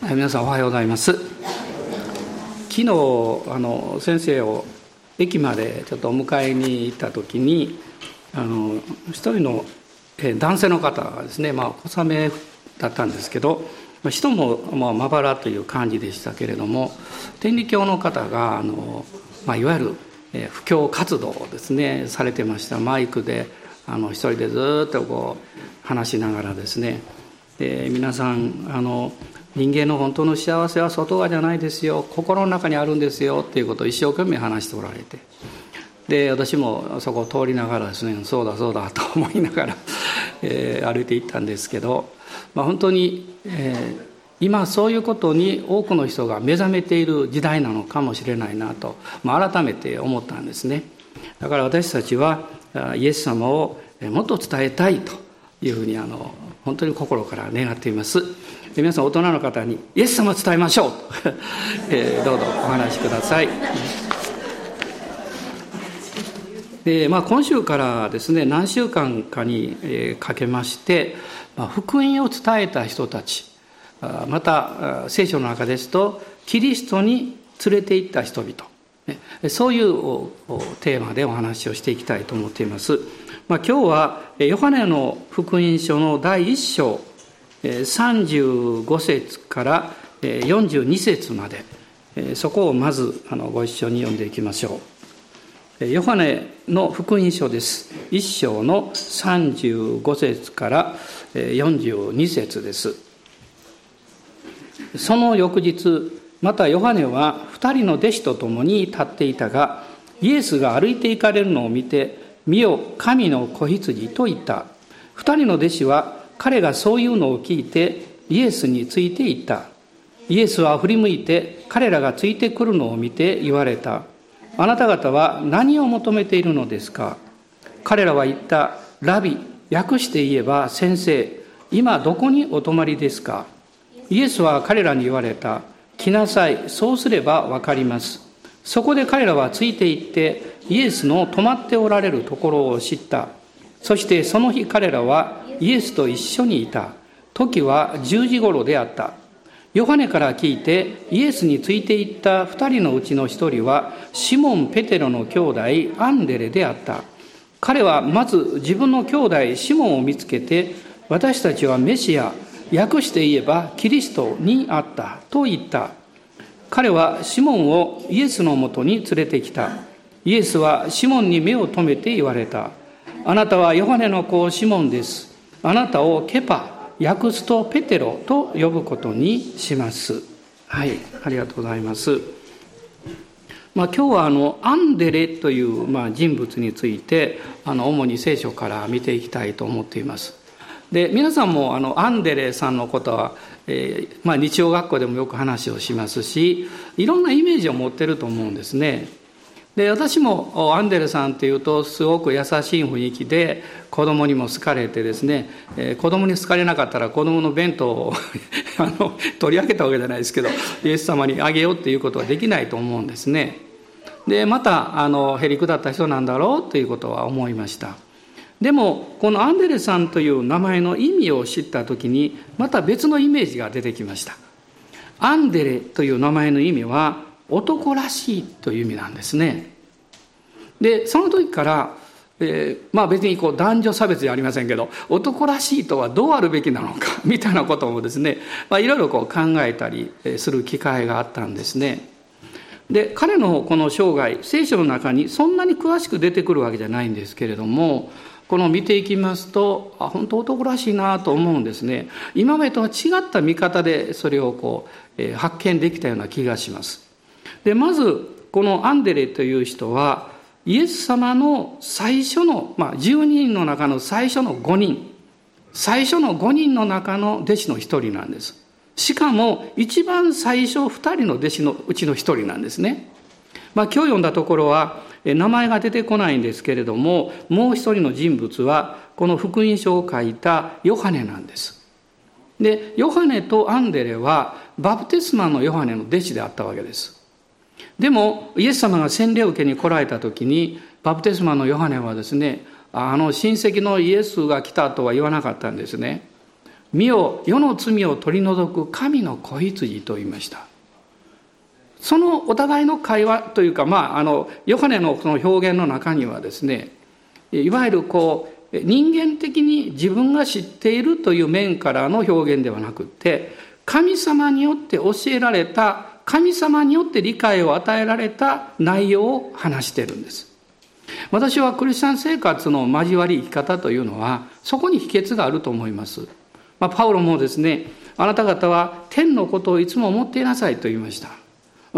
皆さんおはようございます。昨日先生を駅までちょっとお迎えに行った時に一人の男性の方がですね、小雨だったんですけど、人もまばらという感じでしたけれども、天理教の方がいわゆる布教活動をですねされてました。マイクで一人でずっとこう話しながらですね、皆さん人間の本当の幸せは外側じゃないですよ、心の中にあるんですよっていうことを一生懸命話しておられて、で私もそこを通りながらですね、そうだそうだと思いながら、歩いていったんですけど、本当に、今そういうことに多くの人が目覚めている時代なのかもしれないなと、改めて思ったんですね。だから私たちはイエス様をもっと伝えたいというふうに本当に心から願っています。皆さん大人の方にイエス様を伝えましょうと、どうぞお話しください。で今週からですね、何週間かにかけまして、福音を伝えた人たち、また聖書の中ですとキリストに連れて行った人々、そういうテーマでお話をしていきたいと思っています。今日はヨハネの福音書の第1章35節から42節まで、そこをまずご一緒に読んでいきましょう。ヨハネの福音書です。1章の35節から42節です。その翌日、またヨハネは2人の弟子と共に立っていたが、イエスが歩いて行かれるのを見て、見よ、神の子羊と言った。2人の弟子は彼がそういうのを聞いてイエスについて行った。イエスは振り向いて彼らがついてくるのを見て言われた。あなた方は何を求めているのですか。彼らは言った。ラビ、訳して言えば先生、今どこにお泊まりですか。イエスは彼らに言われた。来なさい、そうすればわかります。そこで彼らはついて行ってイエスの泊まっておられるところを知った。そしてその日彼らはイエスと一緒にいた。時は10時頃であった。ヨハネから聞いてイエスについて行った2人のうちの1人はシモン・ペテロの兄弟アンデレであった。彼はまず自分の兄弟シモンを見つけて、私たちはメシア、訳して言えばキリストにあったと言った。彼はシモンをイエスのもとに連れてきた。イエスはシモンに目を留めて言われた。あなたはヨハネの子シモンです。あなたをケパ、訳すとペテロと呼ぶことにします。はい、ありがとうございます。今日はアンデレという人物について主に聖書から見ていきたいと思っています。で、皆さんもアンデレさんのことは、日曜学校でもよく話をしますし、いろんなイメージを持っていると思うんですね。で、私もアンデレさんっていうとすごく優しい雰囲気で子供にも好かれてですね、子供に好かれなかったら子供の弁当を取り上げたわけじゃないですけど、イエス様にあげようっていうことはできないと思うんですね。で、またへりくだった人なんだろうということは思いました。でもこのアンデレさんという名前の意味を知った時にまた別のイメージが出てきました。アンデレという名前の意味は男らしいという意味なんですね。で、その時から、別に男女差別じゃありませんけど、男らしいとはどうあるべきなのかみたいなこともですね、いろいろ考えたりする機会があったんですね。で、彼のこの生涯、聖書の中にそんなに詳しく出てくるわけじゃないんですけれども、この見ていきますと、本当男らしいなと思うんですね。今までとは違った見方でそれを発見できたような気がします。で、まずこのアンデレという人はイエス様の最初の、12人の中の最初の5人の中の弟子の一人なんです。しかも一番最初2人の弟子のうちの一人なんですね。今日読んだところは名前が出てこないんですけれども、もう一人の人物はこの福音書を書いたヨハネなんです。で、ヨハネとアンデレはバプテスマのヨハネの弟子であったわけです。でもイエス様が洗礼を受けに来られた時にバプテスマのヨハネはですね、親戚のイエスが来たとは言わなかったんですね。 見よ、世の罪を取り除く神の子羊と言いました。そのお互いの会話というか、ヨハネのその表現の中にはですね、いわゆる人間的に自分が知っているという面からの表現ではなくて、神様によって教えられた、神様によって理解を与えられた内容を話しているんです。私はクリスチャン生活の交わり生き方というのは、そこに秘訣があると思います。パウロもですね、あなた方は天のことをいつも思っていなさいと言いました。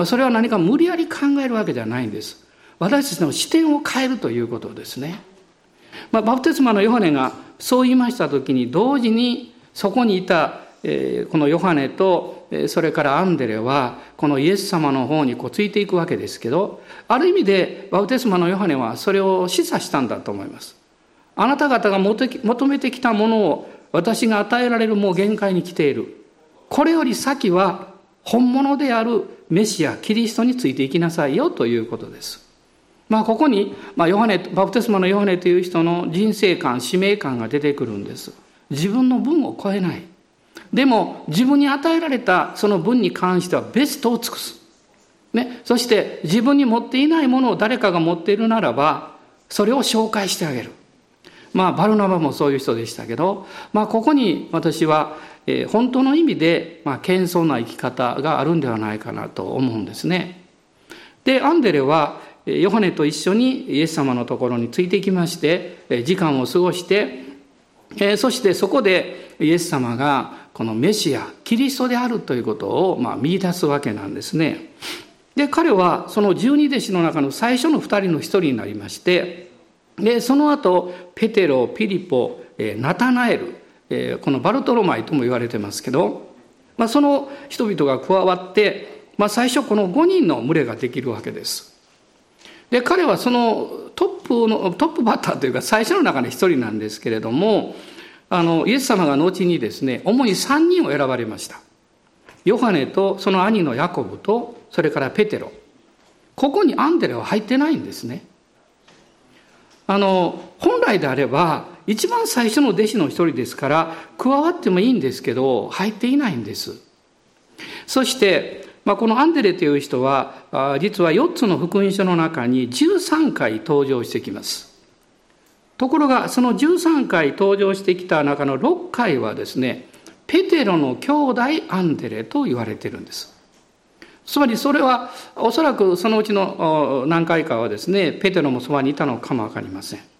それは何か無理やり考えるわけではないんです。私たちの視点を変えるということですね。バプテスマのヨハネがそう言いましたときに、同時にそこにいたこのヨハネとそれからアンデレはこのイエス様の方についていくわけですけど、ある意味でバプテスマのヨハネはそれを示唆したんだと思います。あなた方が求めてきたものを私が与えられるもう限界に来ている。これより先は本物であるメシアキリストについていきなさいよということです。ここにバプテスマのヨハネという人の人生観、使命感が出てくるんです。自分の分を超えない。でも自分に与えられたその分に関してはベストを尽くす。そして自分に持っていないものを誰かが持っているならば、それを紹介してあげる。バルナバもそういう人でしたけど、ここに私は本当の意味で謙遜な生き方があるんではないかなと思うんですね。で、アンデレはヨハネと一緒にイエス様のところについていきまして、時間を過ごして、そしてそこでイエス様がこのメシア、キリストであるということを見出すわけなんですね。で、彼はその12弟子の中の最初の2人の一人になりまして、で、その後、ペテロ、ピリポ、ナタナエル、このバルトロマイとも言われてますけど、その人々が加わって、最初この5人の群れができるわけです。で、彼はそのトップバッターというか最初の中の一人なんですけれども、イエス様が後にですね、主に3人を選ばれました。ヨハネとその兄のヤコブと、それからペテロ。ここにアンデレは入ってないんですね。本来であれば一番最初の弟子の一人ですから加わってもいいんですけど入っていないんです。そしてこのアンデレという人は実は4つの福音書の中に13回登場してきます。ところがその13回登場してきた中の6回はですね、ペテロの兄弟アンデレと言われているんです。つまりそれはおそらくそのうちの何回かはですね、ペテロもそばにいたのかもわかりません。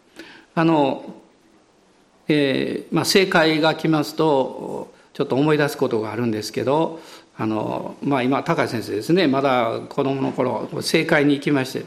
正解が来ますとちょっと思い出すことがあるんですけど、今高橋先生ですね、まだ子供の頃正解に行きまして、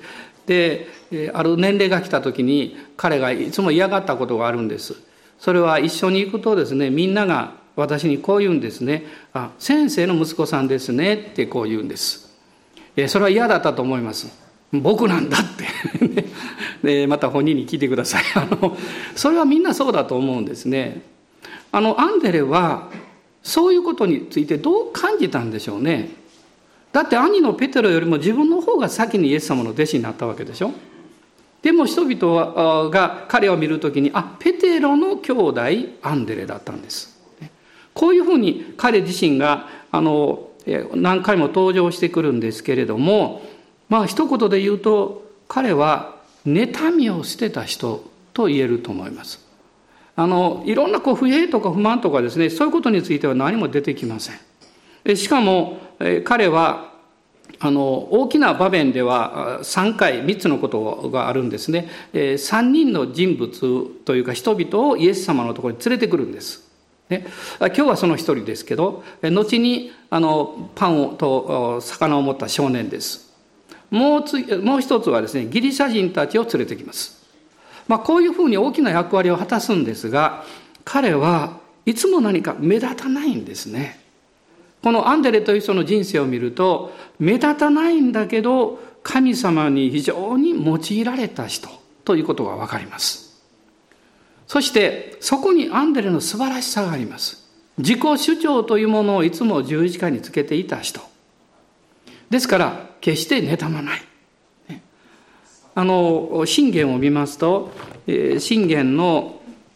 である年齢が来た時に彼がいつも嫌がったことがあるんです。それは一緒に行くとですね、みんなが私にこう言うんですね。先生の息子さんですねってこう言うんです。それは嫌だったと思います。僕なんだってでまた本人に聞いてください。それはみんなそうだと思うんですね。アンデレはそういうことについてどう感じたんでしょうね。だって兄のペテロよりも自分の方が先にイエス様の弟子になったわけでしょ。でも人々が彼を見るときにペテロの兄弟アンデレだったんです。こういうふうに彼自身が何回も登場してくるんですけれども、一言で言うと彼は妬みを捨てた人と言えると思います。いろんな不平とか不満とかですね、そういうことについては何も出てきません。しかも彼は大きな場面では3つのことがあるんですね。3人の人物というか人々をイエス様のところに連れてくるんです。今日はその一人ですけど、後にパンと魚を持った少年です。もう一つはですね、ギリシャ人たちを連れてきます。こういうふうに大きな役割を果たすんですが、彼はいつも何か目立たないんですね。このアンデレという人の人生を見ると、目立たないんだけど神様に非常に用いられた人ということがわかります。そしてそこにアンデレの素晴らしさがあります。自己主張というものをいつも十字架につけていた人ですから、決して妬まない。箴言を見ますと、箴言の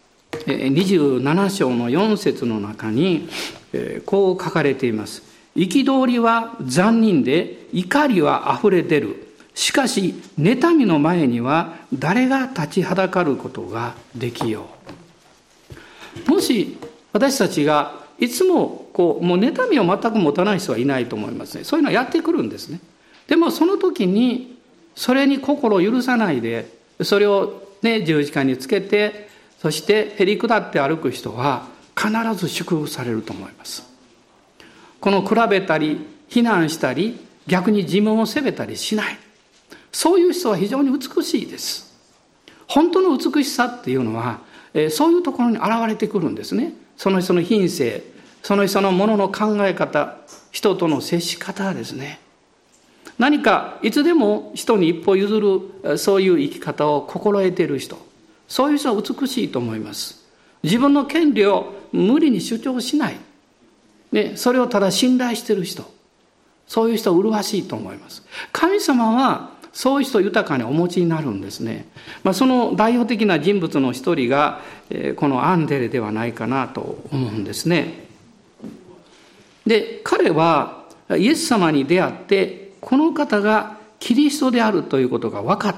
27章の4節の中にこう書かれています。憤りは残忍で怒りはあふれ出る。しかし妬みの前には誰が立ちはだかることができよう。もし私たちがいつももう妬みを全く持たない人はいないと思いますね。そういうのはやってくるんですね。でもその時にそれに心を許さないで、それを十字架につけて、そしてへり下って歩く人は必ず祝福されると思います。この比べたり非難したり逆に自分を責めたりしない、そういう人は非常に美しいです。本当の美しさっていうのはそういうところに現れてくるんですね。その人の品性、その人のものの考え方、人との接し方ですね。何かいつでも人に一歩譲る、そういう生き方を心得ている人、そういう人は美しいと思います。自分の権利を無理に主張しない、それをただ信頼している人、そういう人は麗しいと思います。神様はそういう人を豊かにお持ちになるんですね。その代表的な人物の一人がこのアンデレではないかなと思うんですね。で、彼はイエス様に出会ってこの方がキリストであるということが分かった。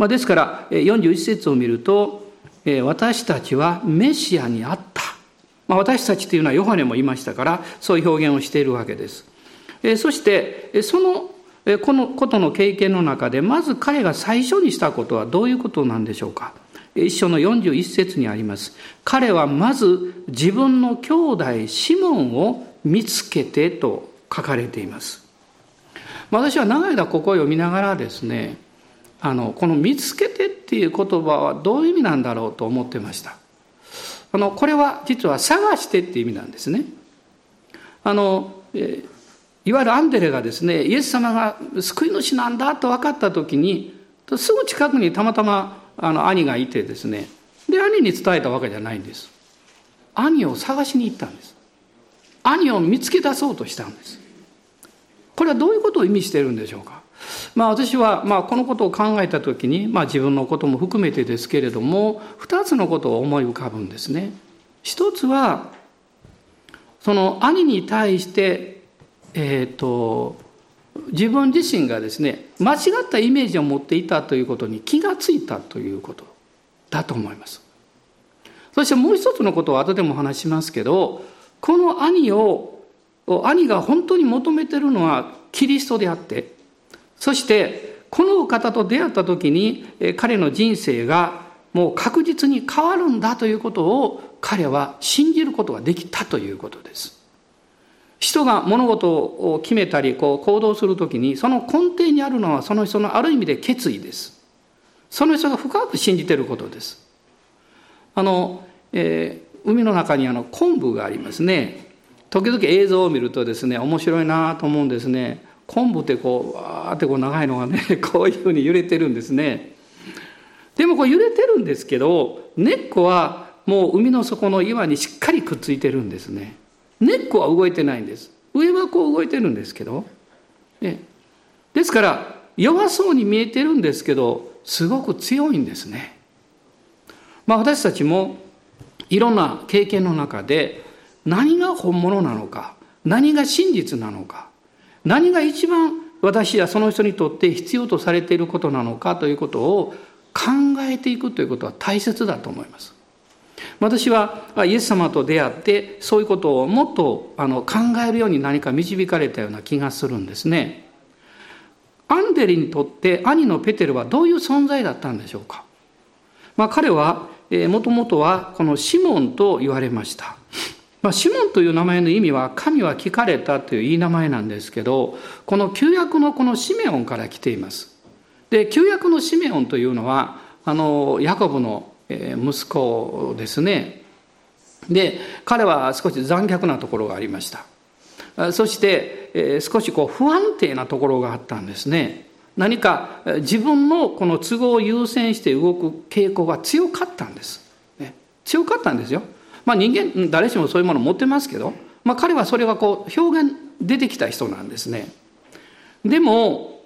ですから41節を見ると、私たちはメシアにあった。私たちというのはヨハネも言いましたから、そういう表現をしているわけです。そしてこのことの経験の中でまず彼が最初にしたことはどういうことなんでしょうか。一章の41節にあります。彼はまず自分の兄弟シモンを見つけてと書かれています。私は長い間ここを読みながらですね、この見つけてっていう言葉はどういう意味なんだろうと思ってました。これは実は探してっていう意味なんですね。いわゆるアンデレがですね、イエス様が救い主なんだと分かった時に、すぐ近くにたまたま兄がいてですね、で兄に伝えたわけじゃないんです。兄を探しに行ったんです。兄を見つけ出そうとしたんです。これはどういうことを意味しているんでしょうか。私はこのことを考えた時に、自分のことも含めてですけれども、2つのことを思い浮かぶんですね。一つはその兄に対して自分自身がですね、間違ったイメージを持っていたということに気がついたということだと思います。そしてもう一つのことを後でも話しますけど、この兄が本当に求めているのはキリストであって、そしてこの方と出会った時に彼の人生がもう確実に変わるんだということを彼は信じることができたということです。人が物事を決めたり行動するときに、その根底にあるのはその人のある意味で決意です。その人が深く信じていることです。海の中に昆布がありますね。時々映像を見るとですね、面白いなと思うんですね。昆布ってわーって長いのがね、こういうふうに揺れてるんですね。でも揺れてるんですけど、根っこはもう海の底の岩にしっかりくっついてるんですね。根っこは動いてないんです。上は動いてるんですけど、ですから弱そうに見えてるんですけど、すごく強いんですね。私たちもいろんな経験の中で、何が本物なのか、何が真実なのか、何が一番私やその人にとって必要とされていることなのかということを考えていくということは大切だと思います。私はイエス様と出会ってそういうことをもっと考えるように何か導かれたような気がするんですね。アンデレにとって兄のペテルはどういう存在だったんでしょうか。彼はもともとはこのシモンと言われました。シモンという名前の意味は神は聞かれたといういい名前なんですけど、この旧約のこのシメオンから来ています。で、旧約のシメオンというのはヤコブの息子ですね。で、彼は少し残虐なところがありました。そして少し不安定なところがあったんですね。何か自分のこの都合を優先して動く傾向が強かったんです。強かったんですよ。人間誰しもそういうもの持ってますけど、彼はそれが表現出てきた人なんですね。でも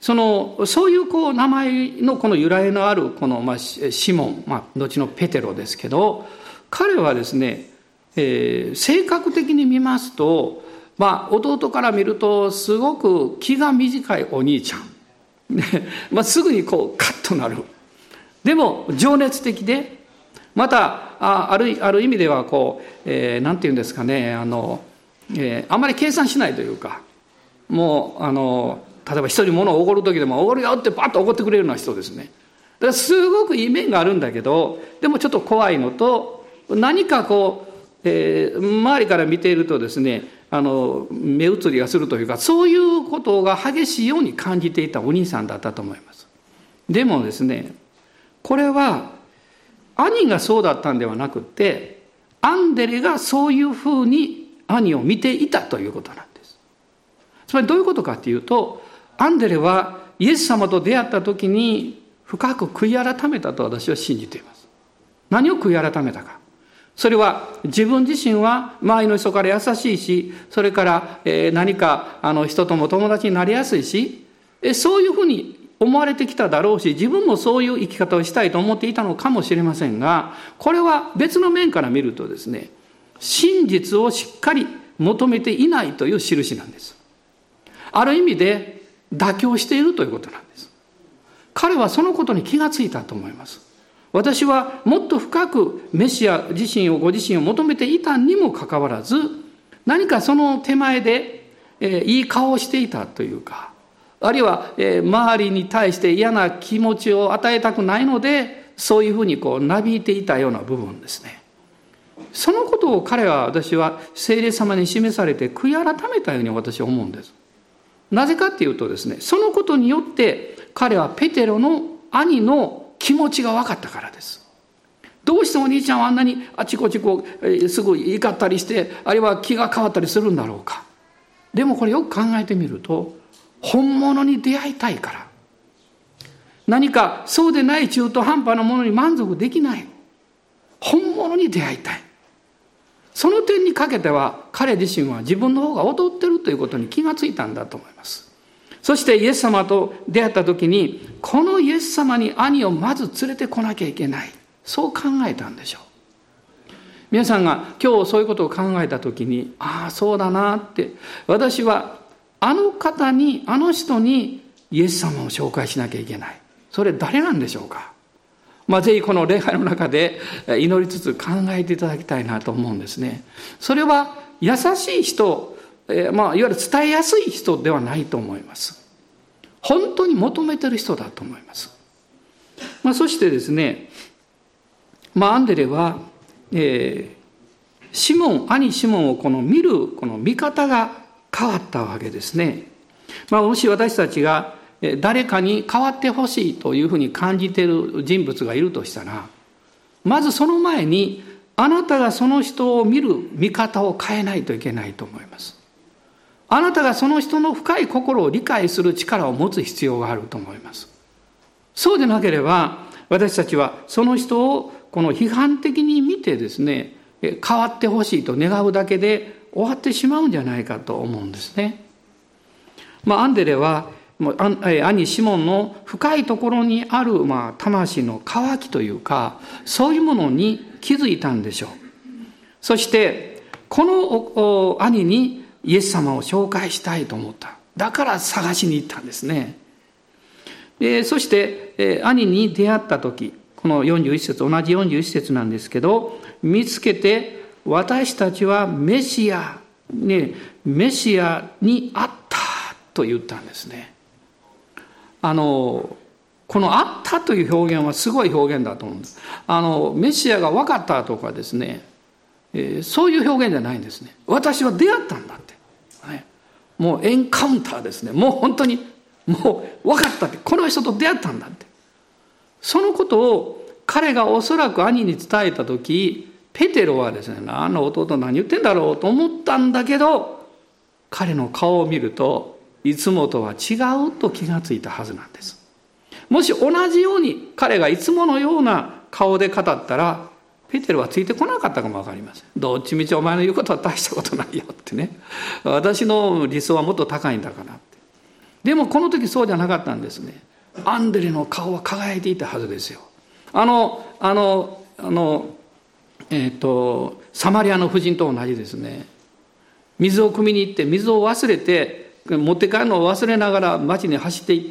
そういう名前のこの由来のあるシモン、後のペテロですけど、彼はですね、性格的に見ますと、弟から見るとすごく気が短いお兄ちゃん。すぐにカッとなる。でも情熱的で、またある意味ではなんていうんですかね、あまり計算しないというか、もう例えば人に物をおごる時でもおごるよってパッとおごってくれるような人ですね。だからすごくいい面があるんだけど、でもちょっと怖いのと、何か周りから見ているとですね、目移りがするというか、そういうことが激しいように感じていたお兄さんだったと思います。でもですね、これは兄がそうだったんではなくて、アンデレがそういうふうに兄を見ていたということなんです。つまりどういうことかっていうと、アンデレはイエス様と出会った時に深く悔い改めたと私は信じています。何を悔い改めたか。それは自分自身は周りの人から優しいし、それから何か人とも友達になりやすいし、そういうふうに思われてきただろうし、自分もそういう生き方をしたいと思っていたのかもしれませんが、これは別の面から見るとですね、真実をしっかり求めていないという印なんです。ある意味で妥協しているということなんです。彼はそのことに気がついたと思います。私はもっと深くメシアご自身を求めていたにもかかわらず、何かその手前でいい顔をしていたというか、あるいは周りに対して嫌な気持ちを与えたくないので、そういうふうになびいていたような部分ですね。そのことを私は聖霊様に示されて悔い改めたように私は思うんです。なぜかっていうとですね、そのことによって彼はペテロの兄の気持ちが分かったからです。どうしてお兄ちゃんはあんなにあちこちすぐ怒ったりして、あるいは気が変わったりするんだろうか。でもこれよく考えてみると、本物に出会いたいから。何かそうでない中途半端なものに満足できない。本物に出会いたい。その点にかけては彼自身は自分の方が劣っているということに気がついたんだと思います。そしてイエス様と出会った時に、このイエス様に兄をまず連れてこなきゃいけない。そう考えたんでしょう。皆さんが今日そういうことを考えた時に、ああそうだなって、私はあの人にイエス様を紹介しなきゃいけない。それ誰なんでしょうか。ぜひこの礼拝の中で祈りつつ考えていただきたいなと思うんですね。それは優しい人、いわゆる伝えやすい人ではないと思います。本当に求めてる人だと思います。そしてですね、アンデレは、兄シモンを見る見方が変わったわけですね。もし私たちが誰かに変わってほしいというふうに感じている人物がいるとしたら、まずその前にあなたがその人を見る見方を変えないといけないと思います。あなたがその人の深い心を理解する力を持つ必要があると思います。そうでなければ私たちはその人を批判的に見てですね、変わってほしいと願うだけで終わってしまうんじゃないかと思うんですね。アンデレは兄シモンの深いところにある魂の渇きというか、そういうものに気づいたんでしょう。そしてこの兄にイエス様を紹介したいと思った。だから探しに行ったんですね。そして兄に出会った時、この41節、同じ41節なんですけど、見つけて私たちはメシアに会ったと言ったんですね。この会ったという表現はすごい表現だと思うんです。メシアが分かったとかですね、そういう表現じゃないんですね。私は出会ったんだって、もうエンカウンターですね。もう本当にもう分かったって、この人と出会ったんだって。そのことを彼がおそらく兄に伝えた時、ペテロはですね、あの弟何言ってんだろうと思ったんだけど、彼の顔を見るといつもとは違うと気がついたはずなんです。もし同じように彼がいつものような顔で語ったら、ペテロはついてこなかったかも分かりません。どっちみちお前の言うことは大したことないよってね。私の理想はもっと高いんだからって。 でもこの時そうじゃなかったんですね。アンデレの顔は輝いていたはずですよ。サマリアの婦人と同じですね。水を汲みに行って水を忘れて持って帰るのを忘れながら町に走って行って、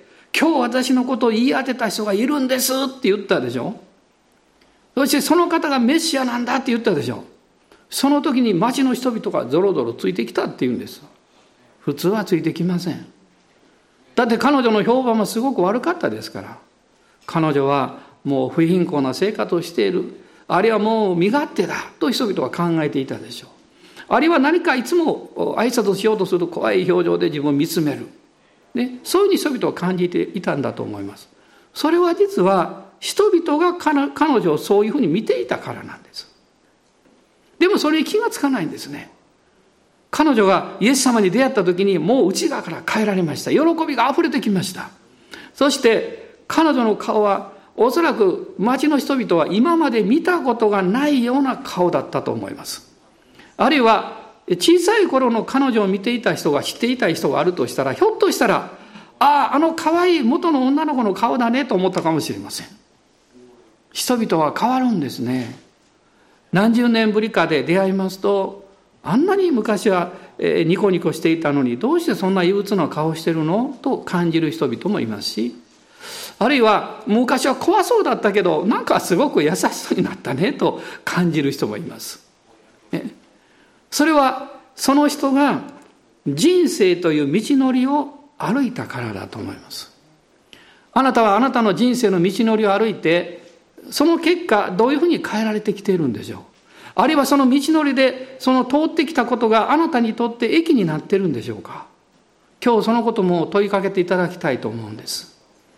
今日私のことを言い当てた人がいるんですって言ったでしょ。そしてその方がメシアなんだって言ったでしょ。その時に町の人々がゾロゾロついてきたって言うんです。普通はついてきません。だって彼女の評判もすごく悪かったですから。彼女はもう不貧困な生活をしている、あるいはもう身勝手だと人々は考えていたでしょう。あるいは何かいつも挨拶しようとする怖い表情で自分を見つめる、ね、そういうふうに人々は感じていたんだと思います。それは実は人々が彼女をそういうふうに見ていたからなんです。でもそれに気がつかないんですね。彼女がイエス様に出会った時にもう内側から変えられました。喜びがあふれてきました。そして彼女の顔はおそらく町の人々は今まで見たことがないような顔だったと思います。あるいは小さい頃の彼女を見ていた人が知っていた人があるとしたら、ひょっとしたらあの可愛い元の女の子の顔だねと思ったかもしれません。人々は変わるんですね。何十年ぶりかで出会いますと、あんなに昔はニコニコしていたのにどうしてそんな憂鬱な顔してるのと感じる人々もいますし、あるいは昔は怖そうだったけどなんかすごく優しそうになったねと感じる人もいます、ね、それはその人が人生という道のりを歩いたからだと思います。あなたはあなたの人生の道のりを歩いて、その結果どういうふうに変えられてきているんでしょう。あるいはその道のりでその通ってきたことがあなたにとって益になっているんでしょうか。今日そのことも問いかけていただきたいと思うんです。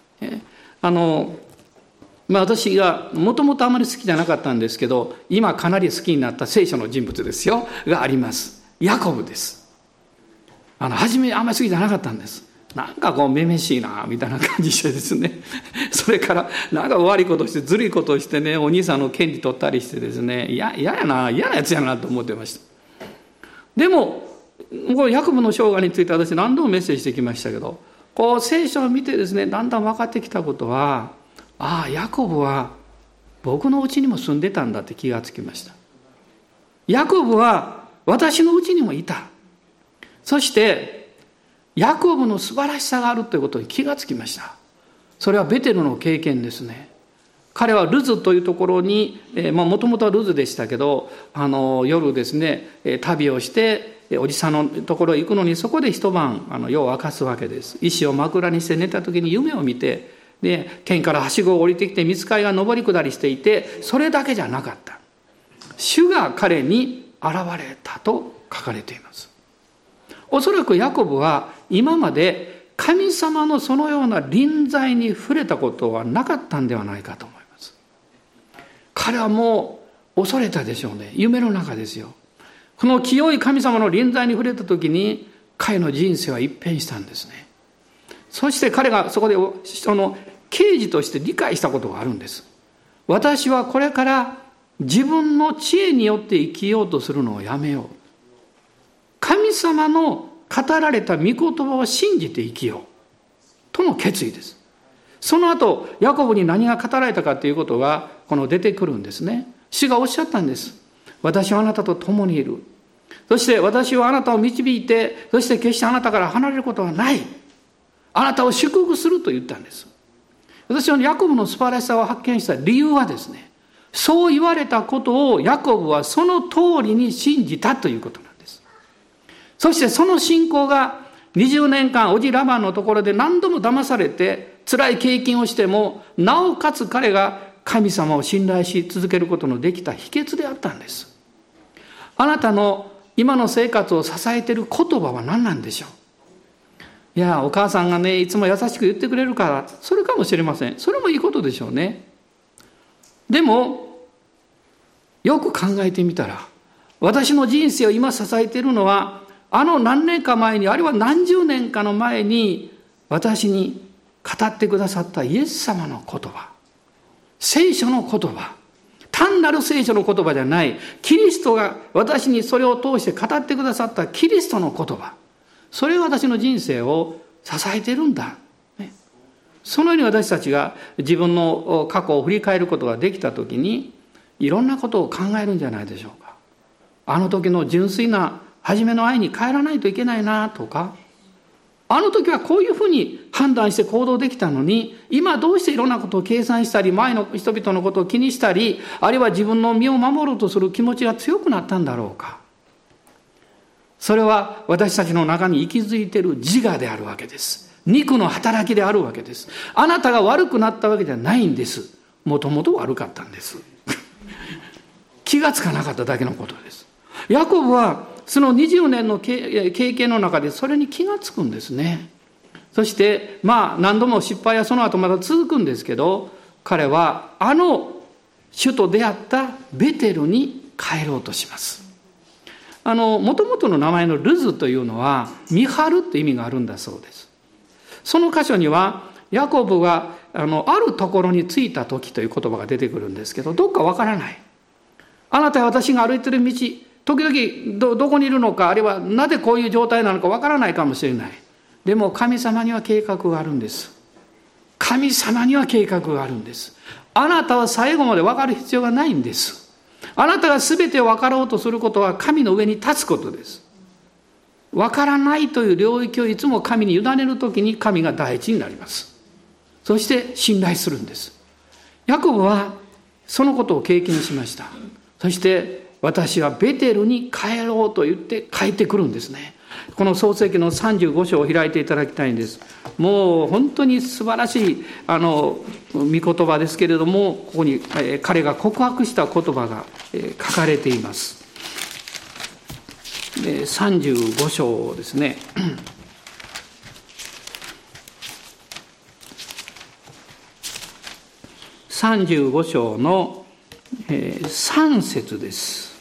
私がもともとあまり好きじゃなかったんですけど、今かなり好きになった聖書の人物ですよがあります。ヤコブです。初めあんまり好きじゃなかったんです。なんかめめしいなみたいな感じしてですね、それからなんか悪いことしてずるいことをしてね、お兄さんの権利取ったりしてですね、嫌なやつやなと思ってました。でもこのヤコブの生涯について私何度もメッセージしてきましたけど、聖書を見てですね、だんだん分かってきたことは、ヤコブは僕のうちにも住んでたんだって気がつきました。ヤコブは私のうちにもいた。そしてヤコブの素晴らしさがあるということに気がつきました。それはベテルの経験ですね。彼はルズというところに、もともとはルズでしたけど、夜ですね、旅をしておじさんのところへ行くのに、そこで一晩夜を明かすわけです。石を枕にして寝た時に夢を見て、で剣からはしごを降りてきて御使いが上り下りしていて、それだけじゃなかった。主が彼に現れたと書かれています。おそらくヤコブは今まで神様のそのような臨在に触れたことはなかったんではないかと思います。彼はもう恐れたでしょうね。夢の中ですよ。この清い神様の臨在に触れた時に彼の人生は一変したんですね。そして彼がそこでその刑事として理解したことがあるんです。私はこれから自分の知恵によって生きようとするのをやめよう。神様の語られた御言葉を信じて生きようとの決意です。その後ヤコブに何が語られたかということが出てくるんですね。主がおっしゃったんです。私はあなたと共にいる。そして私はあなたを導いて、そして決してあなたから離れることはない。あなたを祝福すると言ったんです。私はヤコブの素晴らしさを発見した理由はですね、そう言われたことをヤコブはその通りに信じたということなんです。そしてその信仰が20年間おじラバンのところで何度も騙されて辛い経験をしても、なおかつ彼が神様を信頼し続けることのできた秘訣であったんです。あなたの今の生活を支えている言葉は何なんでしょう。いや、お母さんがね、いつも優しく言ってくれるから、それかもしれません。それもいいことでしょうね。でもよく考えてみたら、私の人生を今支えているのは、何年か前に、あるいは何十年かの前に私に語ってくださったイエス様の言葉、聖書の言葉、単なる聖書の言葉じゃない、キリストが私にそれを通して語ってくださったキリストの言葉、それが私の人生を支えてるんだ。そのように私たちが自分の過去を振り返ることができたときに、いろんなことを考えるんじゃないでしょうか。あの時の純粋な初めの愛に帰らないといけないなとか、あの時はこういうふうに判断して行動できたのに、今どうしていろんなことを計算したり、前の人々のことを気にしたり、あるいは自分の身を守ろうとする気持ちが強くなったんだろうか。それは私たちの中に息づいている自我であるわけです。肉の働きであるわけです。あなたが悪くなったわけではないんです。もともと悪かったんです。気がつかなかっただけのことです。ヤコブはその20年の経験の中でそれに気がつくんですね。そして何度も失敗はその後まだ続くんですけど、彼はあの主と出会ったベテルに帰ろうとします。もともとの名前のルズというのは見張るって意味があるんだそうです。その箇所にはヤコブがあるところに着いた時という言葉が出てくるんですけど、どっかわからない。あなたは私が歩いている道、時々 どこにいるのか、あるいはなぜこういう状態なのかわからないかもしれない。でも神様には計画があるんです。神様には計画があるんです。あなたは最後まで分かる必要がないんです。あなたが全てを分かろうとすることは神の上に立つことです。分からないという領域をいつも神に委ねるときに神が第一になります。そして信頼するんです。ヤコブはそのことを経験しました。そして私はベテルに帰ろうと言って帰ってくるんですね。この創世記の35章を開いていただきたいんです。もう本当に素晴らしい御言葉ですけれども、ここに彼が告白した言葉が書かれています。35章ですね。35章の3節です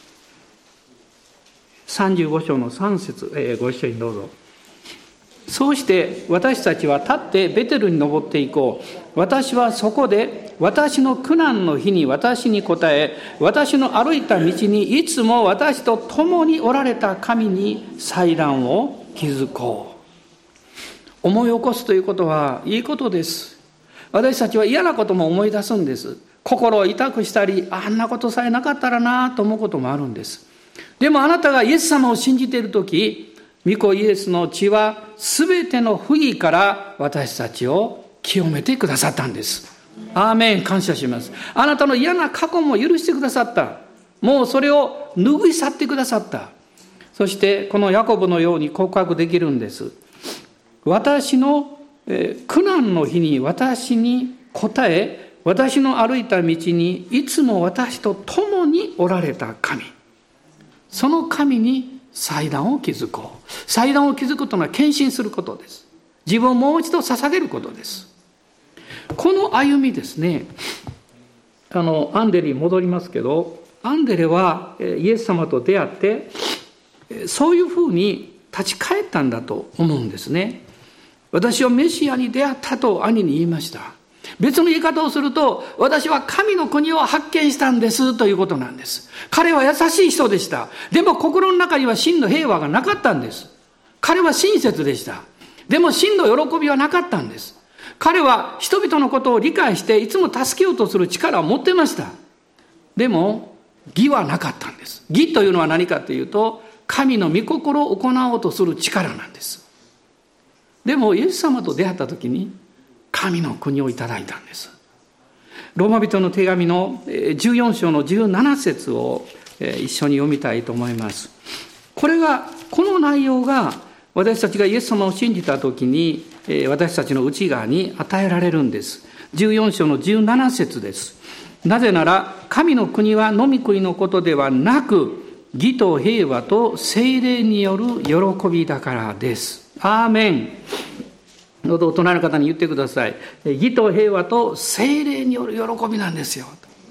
。35章の3節、ご一緒にどうぞ。そうして私たちは立ってベテルに登っていこう。私はそこで私の苦難の日に私に答え、私の歩いた道にいつも私と共におられた神に祭壇を築こう。思い起こすということはいいことです。私たちは嫌なことも思い出すんです。心を痛くしたり、あんなことさえなかったらなと思うこともあるんです。でもあなたがイエス様を信じているとき、御子イエスの血はすべての不義から私たちを清めてくださったんです。アーメン、感謝します。あなたの嫌な過去も許してくださった。もうそれを拭い去ってくださった。そしてこのヤコブのように告白できるんです。私の苦難の日に私に答え、私の歩いた道にいつも私と共におられた神。その神に祭壇を築こう。祭壇を築くというのは献身することです。自分をもう一度捧げることです。この歩みですね、アンデレに戻りますけど、アンデレはイエス様と出会ってそういうふうに立ち返ったんだと思うんですね。私はメシアに出会ったと兄に言いました。別の言い方をすると、私は神の国を発見したんですということなんです。彼は優しい人でした。でも心の中には真の平和がなかったんです。彼は親切でした。でも真の喜びはなかったんです。彼は人々のことを理解していつも助けようとする力を持ってました。でも義はなかったんです。義というのは何かというと、神の御心を行おうとする力なんです。でもイエス様と出会った時に神の国をいただいたんです。ローマ人の手紙の14章の17節を一緒に読みたいと思います。この内容が私たちがイエス様を信じた時に私たちの内側に与えられるんです。14章の17節です。なぜなら神の国は飲み食いのことではなく、義と平和と聖霊による喜びだからです。アーメン。どうぞ隣の方に言ってください。義と平和と聖霊による喜びなんですよ。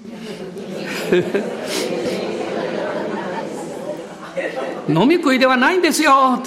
飲み食いではないんですよ。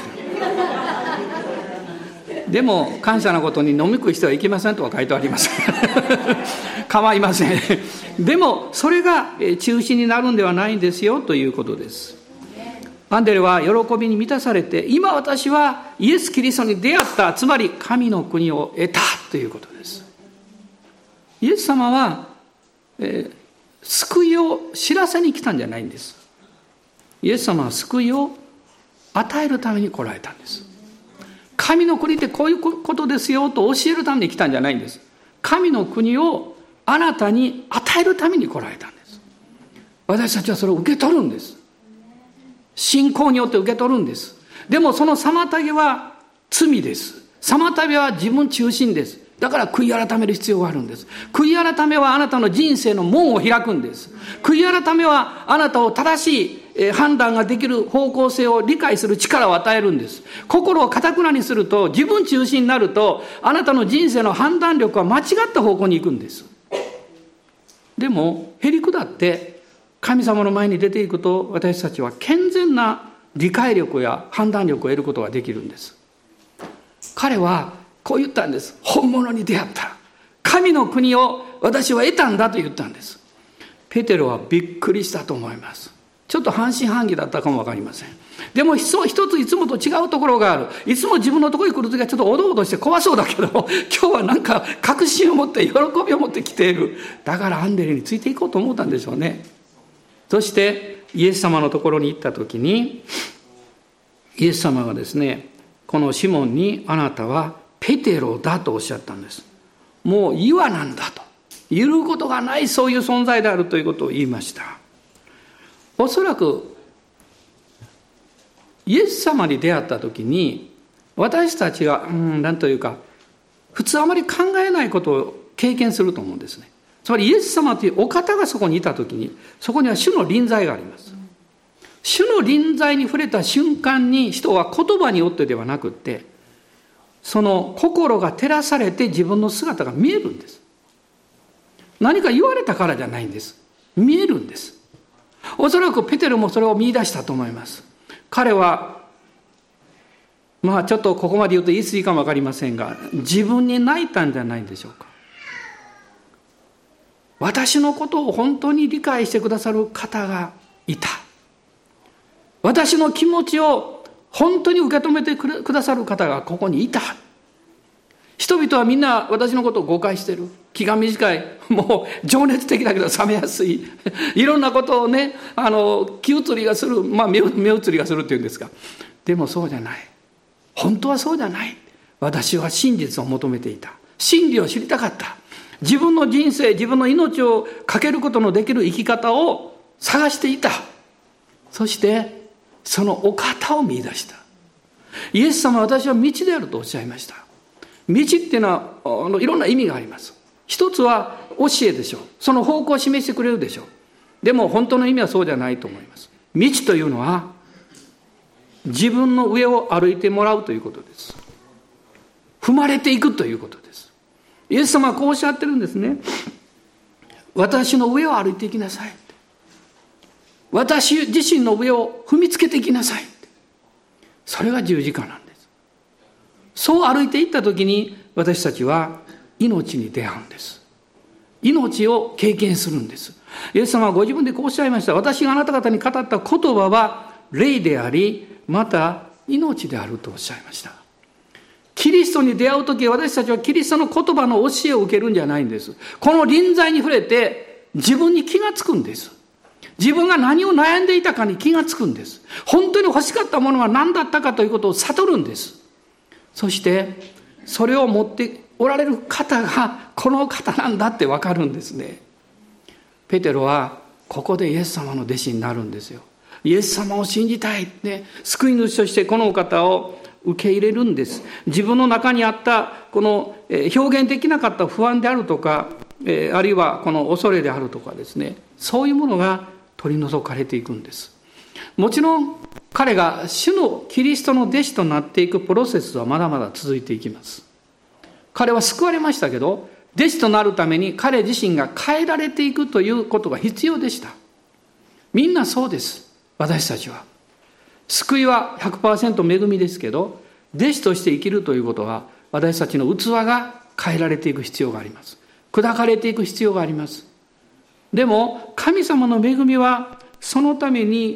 でも感謝なことに飲み食いしてはいけませんとは書いてあります。構いません。でもそれが中心になるんではないんですよということです。 アンデレは喜びに満たされて、今私はイエス・キリストに出会った、つまり神の国を得たということです。イエス様は、救いを知らせに来たんじゃないんです。イエス様は救いを与えるために来られたんです。神の国ってこういうことですよと教えるために来たんじゃないんです。神の国をあなたに与えるために来られたんです。私たちはそれを受け取るんです。信仰によって受け取るんです。でもその妨げは罪です。妨げは自分中心です。だから悔い改める必要があるんです。悔い改めはあなたの人生の門を開くんです。悔い改めはあなたを正しい判断ができる方向性を理解する力を与えるんです。心を堅くなにすると、自分中心になると、あなたの人生の判断力は間違った方向に行くんです。でもへりくだって神様の前に出ていくと、私たちは健全な理解力や判断力を得ることができるんです。彼はこう言ったんです。本物に出会った。神の国を私は得たんだと言ったんです。ペテロはびっくりしたと思います。ちょっと半信半疑だったかもわかりません。でも一ついつもと違うところがある。いつも自分のところに来るときはちょっとおどおどして怖そうだけど、今日はなんか確信を持って喜びを持って来ている。だからアンデレについていこうと思ったんでしょうね。そしてイエス様のところに行ったときに、イエス様がですね、このシモンにあなたはペテロだとおっしゃったんです。もう岩なんだと。揺るぐことがない、そういう存在であるということを言いました。おそらくイエス様に出会ったときに、私たちが何というか普通あまり考えないことを経験すると思うんですね。つまりイエス様というお方がそこにいたときに、そこには主の臨在があります。主の臨在に触れた瞬間に、人は言葉によってではなくって、その心が照らされて自分の姿が見えるんです。何か言われたからじゃないんです。見えるんです。おそらくペテロもそれを見出したと思います。彼はちょっとここまで言うと言い過ぎかもわかりませんが、自分に泣いたんじゃないんでしょうか。私のことを本当に理解してくださる方がいた。私の気持ちを本当に受け止めてくださる方がここにいた。人々はみんな私のことを誤解してる。気が短い。もう情熱的だけど冷めやすい。いろんなことをね、気移りがする。目移りがするっていうんですか。でもそうじゃない。本当はそうじゃない。私は真実を求めていた。真理を知りたかった。自分の人生、自分の命をかけることのできる生き方を探していた。そしてそのお方を見出した。イエス様は私は道であるとおっしゃいました。道っていうのはいろんな意味があります。一つは教えでしょう。その方向を示してくれるでしょう。でも本当の意味はそうじゃないと思います。道というのは自分の上を歩いてもらうということです。踏まれていくということです。イエス様はこうおっしゃってるんですね。私の上を歩いていきなさい。私自身の上を踏みつけていきなさい。それが十字架なんです。そう歩いていったときに私たちは命に出会うんです。命を経験するんです。イエス様はご自分でこうおっしゃいました。私があなた方に語った言葉は霊であり、また命であるとおっしゃいました。キリストに出会うとき、私たちはキリストの言葉の教えを受けるんじゃないんです。この臨在に触れて自分に気がつくんです。自分が何を悩んでいたかに気がつくんです。本当に欲しかったものは何だったかということを悟るんです。そしてそれを持っておられる方がこの方なんだって分かるんですね。ペテロはここでイエス様の弟子になるんですよ。イエス様を信じたいって、救い主としてこのお方を受け入れるんです。自分の中にあったこの表現できなかった不安であるとか、あるいはこの恐れであるとかですね、そういうものが取り除かれていくんです。もちろん彼が主のキリストの弟子となっていくプロセスはまだまだ続いていきます。彼は救われましたけど、弟子となるために彼自身が変えられていくということが必要でした。みんなそうです。私たちは救いは 100% 恵みですけど、弟子として生きるということは私たちの器が変えられていく必要があります。砕かれていく必要があります。でも神様の恵みはそのために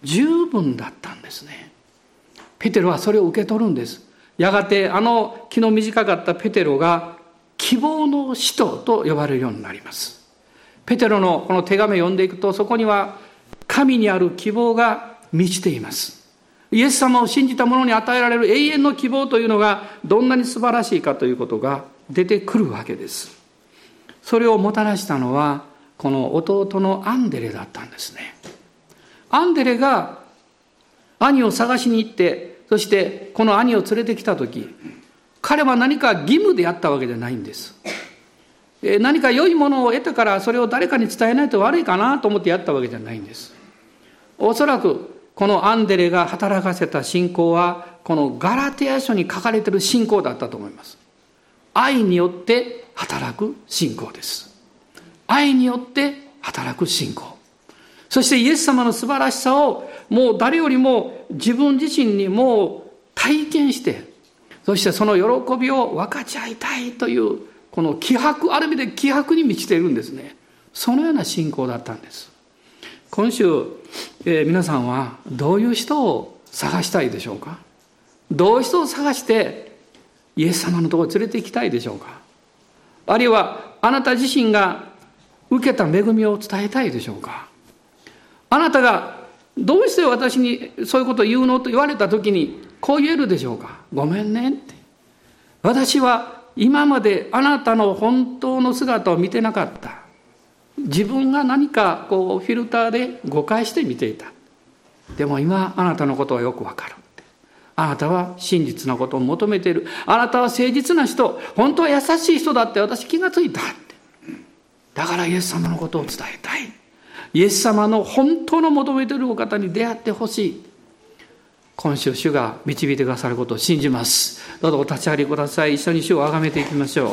十分だったんですね。ペテロはそれを受け取るんです。やがて気の短かったペテロが希望の使徒と呼ばれるようになります。ペテロのこの手紙を読んでいくと、そこには神にある希望が満ちています。イエス様を信じた者に与えられる永遠の希望というのがどんなに素晴らしいかということが出てくるわけです。それをもたらしたのはこの弟のアンデレだったんですね。アンデレが兄を探しに行って、そしてこの兄を連れてきたとき、彼は何か義務でやったわけじゃないんです。何か良いものを得たからそれを誰かに伝えないと悪いかなと思ってやったわけじゃないんです。おそらくこのアンデレが働かせた信仰はこのガラテヤ書に書かれている信仰だったと思います。愛によって働く信仰です。愛によって働く信仰。そしてイエス様の素晴らしさをもう誰よりも自分自身にもう体験して、そしてその喜びを分かち合いたいというこの気迫、ある意味で気迫に満ちているんですね。そのような信仰だったんです。今週、皆さんはどういう人を探したいでしょうか？どういう人を探してイエス様のところに連れて行きたいでしょうか？あるいはあなた自身が受けた恵みを伝えたいでしょうか？あなたがどうして私にそういうことを言うのと言われたときにこう言えるでしょうか？ごめんねって。私は今まであなたの本当の姿を見てなかった。自分が何かフィルターで誤解して見ていた。でも今あなたのことはよくわかるって。あなたは真実なことを求めている。あなたは誠実な人、本当は優しい人だって私気がついたって。だからイエス様のことを伝えたい。イエス様の本当の求めているお方に出会ってほしい。今週主が導いてくださることを信じます。どうぞお立ち上がりください。一緒に主をあがめていきましょう。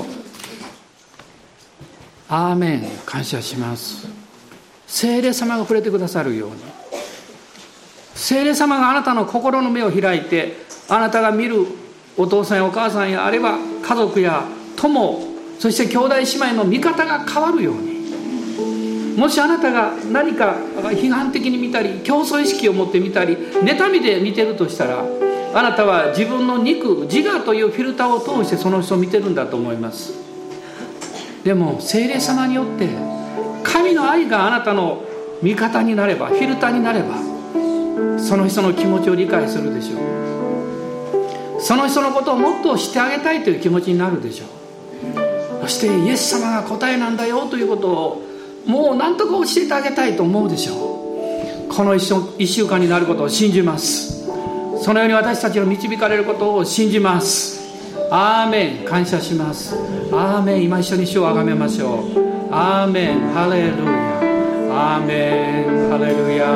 アーメン。感謝します。聖霊様が触れてくださるように、聖霊様があなたの心の目を開いて、あなたが見るお父さんやお母さんや、あるいは家族や友、そして兄弟姉妹の見方が変わるように、もしあなたが何か批判的に見たり、競争意識を持って見たり、妬みで見てるとしたら、あなたは自分の肉、自我というフィルターを通してその人を見てるんだと思います。でも聖霊様によって神の愛があなたの味方になれば、フィルターになれば、その人の気持ちを理解するでしょう。その人のことをもっとしてあげたいという気持ちになるでしょう。そしてイエス様が答えなんだよということをもう何とか教えてあげたいと思うでしょう。この一週間になることを信じます。そのように私たちを導かれることを信じます。アーメン。感謝します。アーメン。今一緒に主をあがめましょう。アーメン。ハレルヤ。アーメン。ハレルヤ。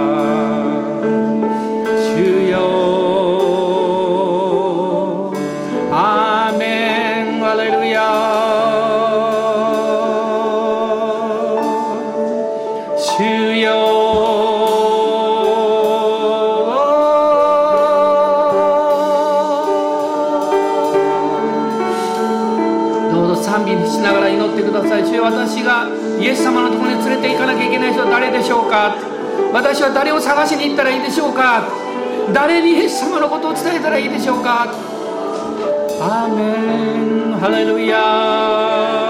主よ。アーメン。ハレルヤ。主よ。しながら祈ってください。主よ、私がイエス様のところに連れて行かなきゃいけない人は誰でしょうか？私は誰を探しに行ったらいいでしょうか？誰にイエス様のことを伝えたらいいでしょうか？アーメン。ハレルヤ。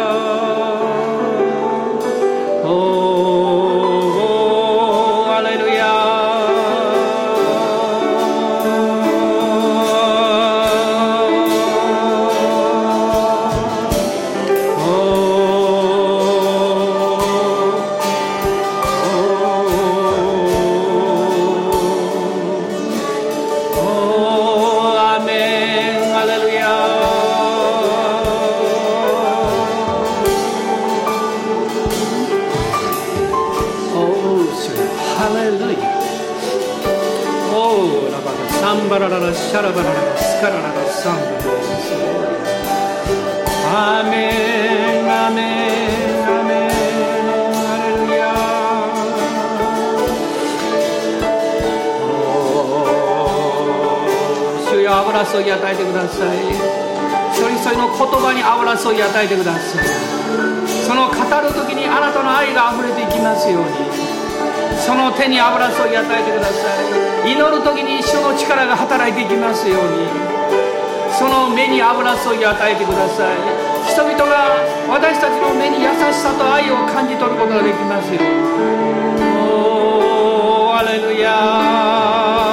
バラララシャラバララスカラララサンバララス。アーメンアーメンアーメン。ハレルヤ。主よ、油注ぎ与えてください。一人一人の言葉に油注ぎ与えてください。その語る時にあなたの愛があふれていきますように。 その手に油注ぎ与えてください。祈る時に主の力が働いていきますように、その目に油注ぎ与えてください。人々が私たちの目に優しさと愛を感じ取ることができますように。おー、ハレルヤ。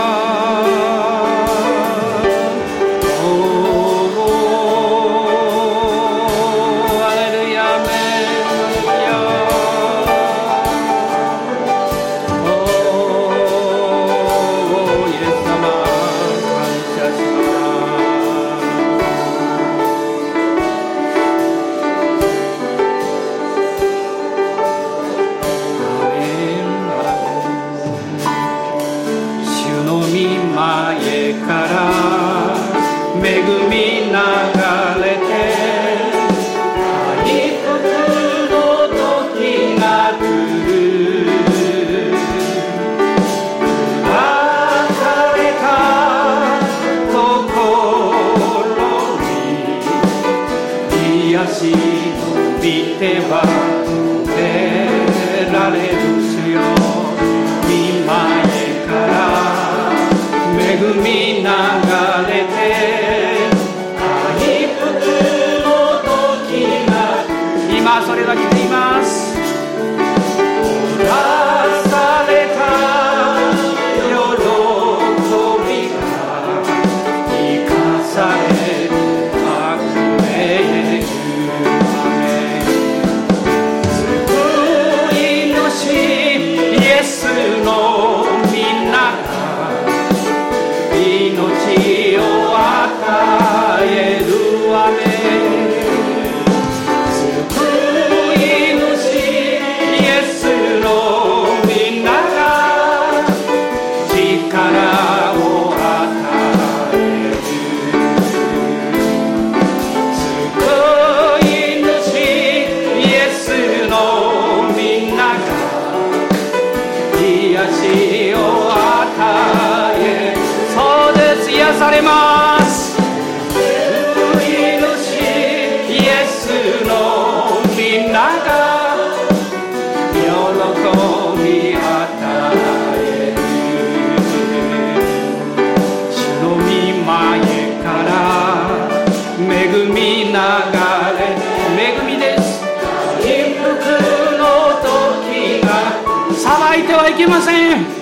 いけません。別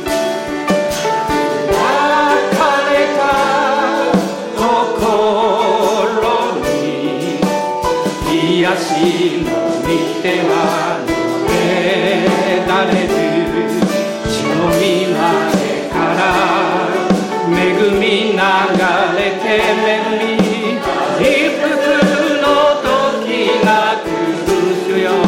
れた心に癒しの御手は述べられる。主の御前から恵み流れて、恵み一服の時が来る主よ。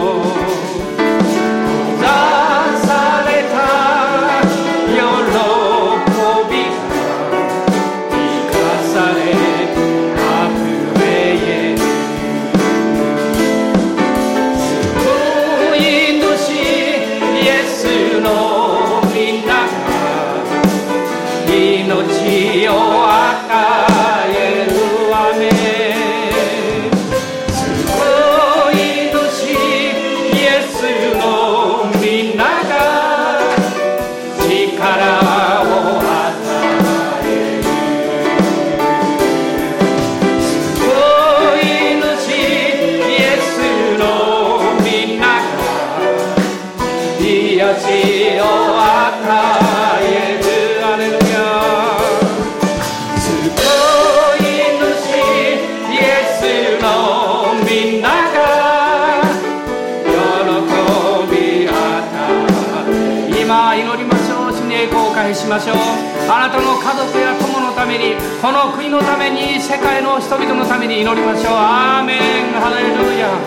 命を与える雨、救い主イエスの皆が力を与える。救い主イエスの皆が癒しを与える。しましょう。あなたの家族や友のために、この国のために、世界の人々のために祈りましょう。アーメン、ハレルヤ。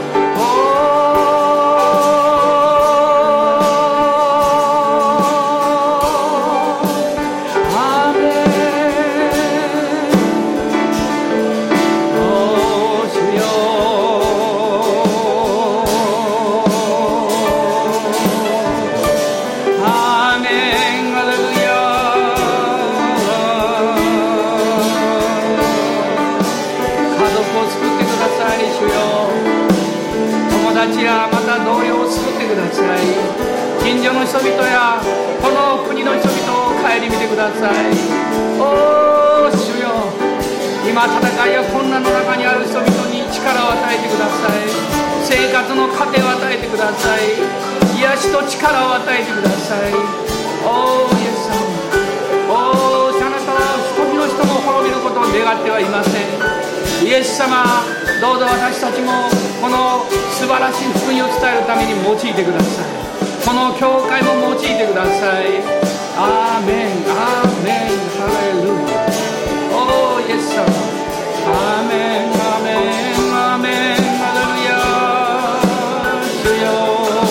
また同僚を救ってください。 近所の人々やこの国の人々を顧みてください。おー主よ、今戦いや困難の中にある人々に力を与えてください。生活の糧を与えてください。癒しと力を与えてください。おーイエス様、おーあなたは一人の人も滅びることを願ってはいません。イエス様、どうぞ私たちもこの素晴らしい福音を伝えるために用いてください。この教会も用いてください。アーメン、アーメン、ハレルヤ。おーイエス様、アーメン、アーメン、アーメン、ハレルヤ。主よ、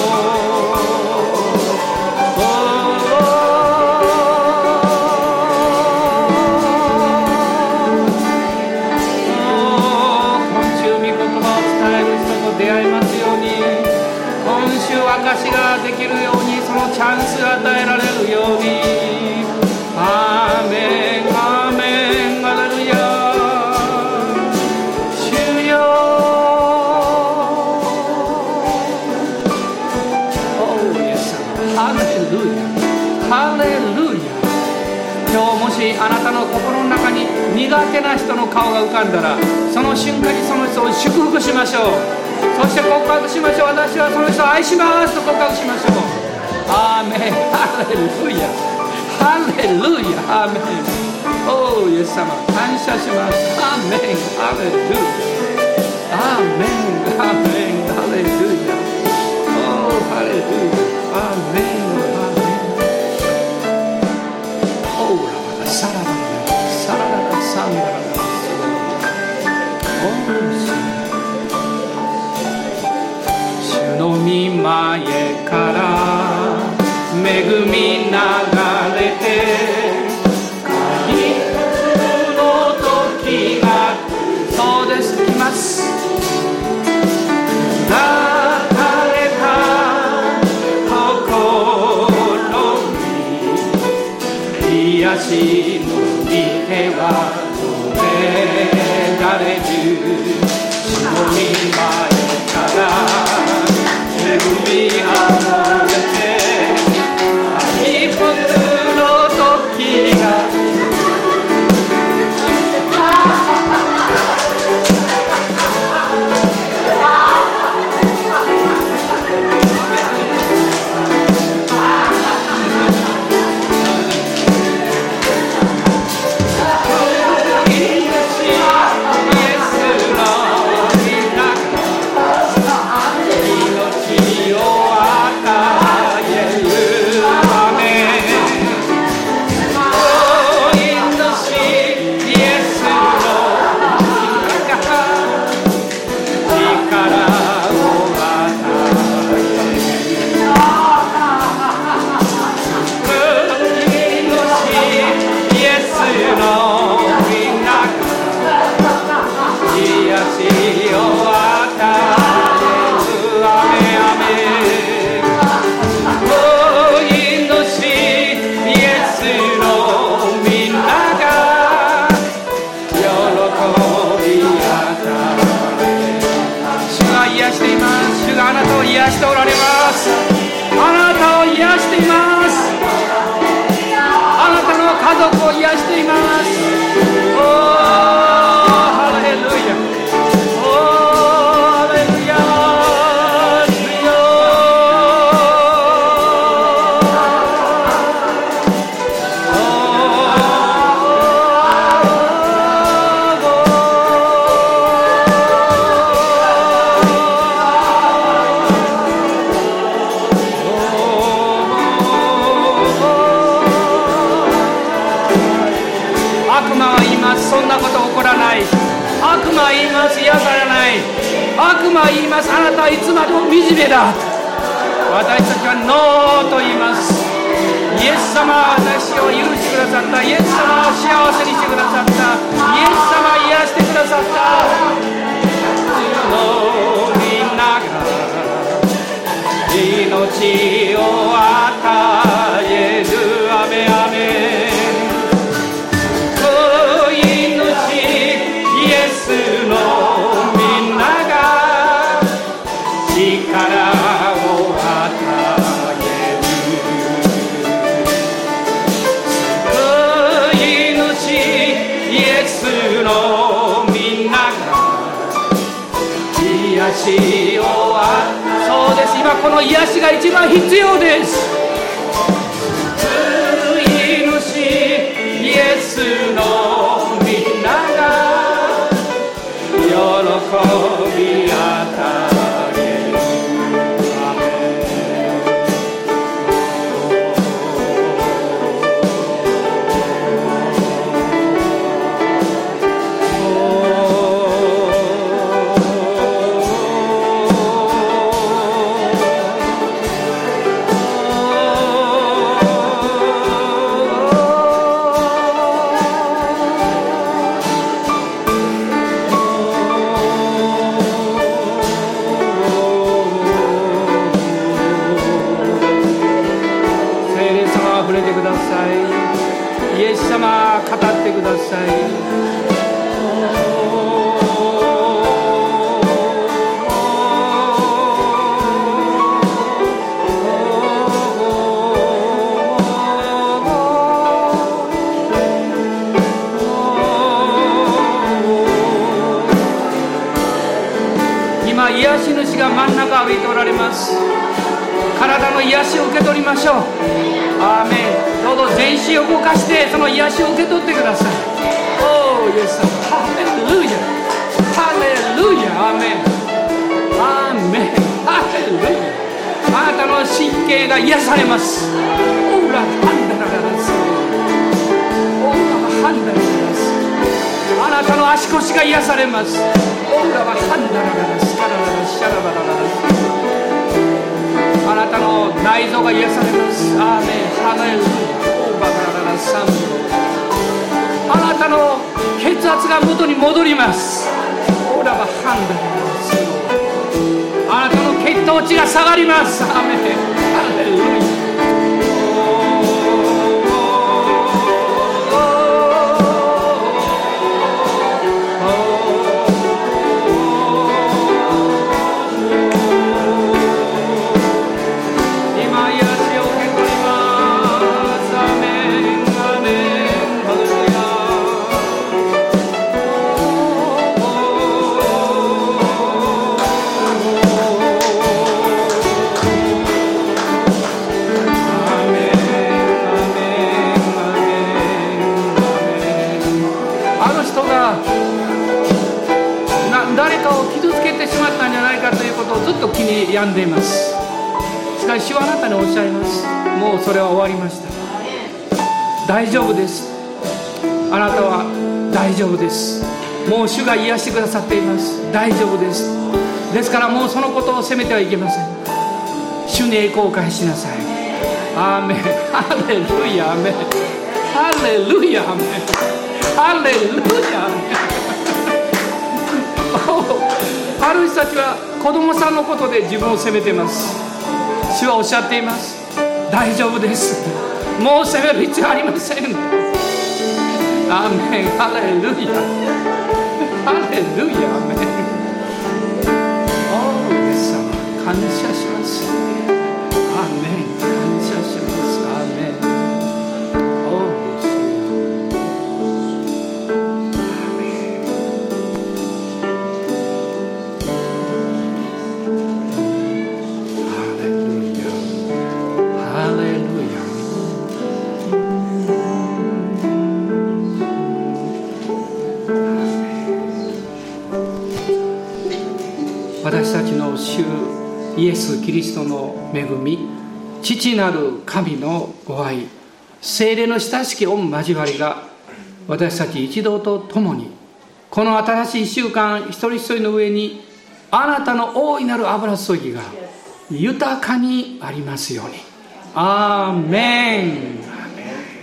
証ができるように、そのチャンスが与えられるように。アーメン、アーメン、ハレルヤ。主よ、おーイエス様、ハレルヤ、ハレルヤ。今日もしあなたの心の中に苦手な人の顔が浮かんだら、その瞬間にその人を祝福しましょう。そして告白しましょう。私はその人を愛しますと告白しましょう。アーメン、ハレルヤ、ハレルヤ、アーメン。おーイエス様、感謝します。アーメン、ハレルヤ、アーメン、アーメン、ハレルヤ。おーハレルヤ、アーメン、アーメン。オーラバラサラバラサラララサンダララ。おー主の御前から恵み流れて、回復の時がそうです、来ます。抱かれた心に癒しの御手は止められる。主の御前から恵みあふれて、回復の時が癒しておられます。あなたを癒しています。あなたの家族を癒しています。おーハレルヤ、おーハレルヤ。主よ、そんなこと起こらない。悪魔は言います、癒されない。悪魔は言います、あなたはいつまでも惨めだ。私たちはノーと言います。イエス様は私を許してくださった。イエス様は幸せにしてくださった。イエス様は癒してくださった。みんなが命を与える。アメアメ。イエスのみんなが力を与える。 しをそうです。今この癒しが一番必要です。救い主イエスの皆が喜び与える。アメ語ってください。今癒し主が真ん中歩いておられます。体の癒しを受け取りましょう。アーメン。どうぞ全身を動かしてその癒しを受け取ってください。おーイエス様、ハレルヤハレルヤ、アーメンアーメン、ハレルヤ。あなたの神経が癒されます。オーラハンダラララス、オーラハンダラララス。あなたの足腰が癒されます。オーラはハンダラララスカラララシャラバラララス。あなたの内臓が癒されます。アーメン、ハレルヤ。あなたの血圧が元に戻ります。オーラはハンダララス。あなたの血糖値が下がります。アーメン、ハレルヤ。気に病んでいます。しかし主はあなたにおっしゃいます。もうそれは終わりました。大丈夫です。あなたは大丈夫です。もう主が癒してくださっています。大丈夫です。ですからもうそのことを責めてはいけません。主に栄光を返しなさい。アーメン、ハレルヤ、アーメン、ハレルヤ、アーメン、ハレルヤ、アーメン。ある人たちは子供さんのことで自分を責めています。主はおっしゃっています。大丈夫です。もう責める必要ありません。アーメン、ハレルヤ、ハレルヤ、アーメン。おーイエス様、感謝します。アーメン、感謝します。アーメン。私たちの主イエス・キリストの恵み、父なる神のご愛、聖霊の親しき御交わりが私たち一同と共にこの新しい1週間一人一人の上にあなたの大いなる油注ぎが豊かにありますように。アーメン。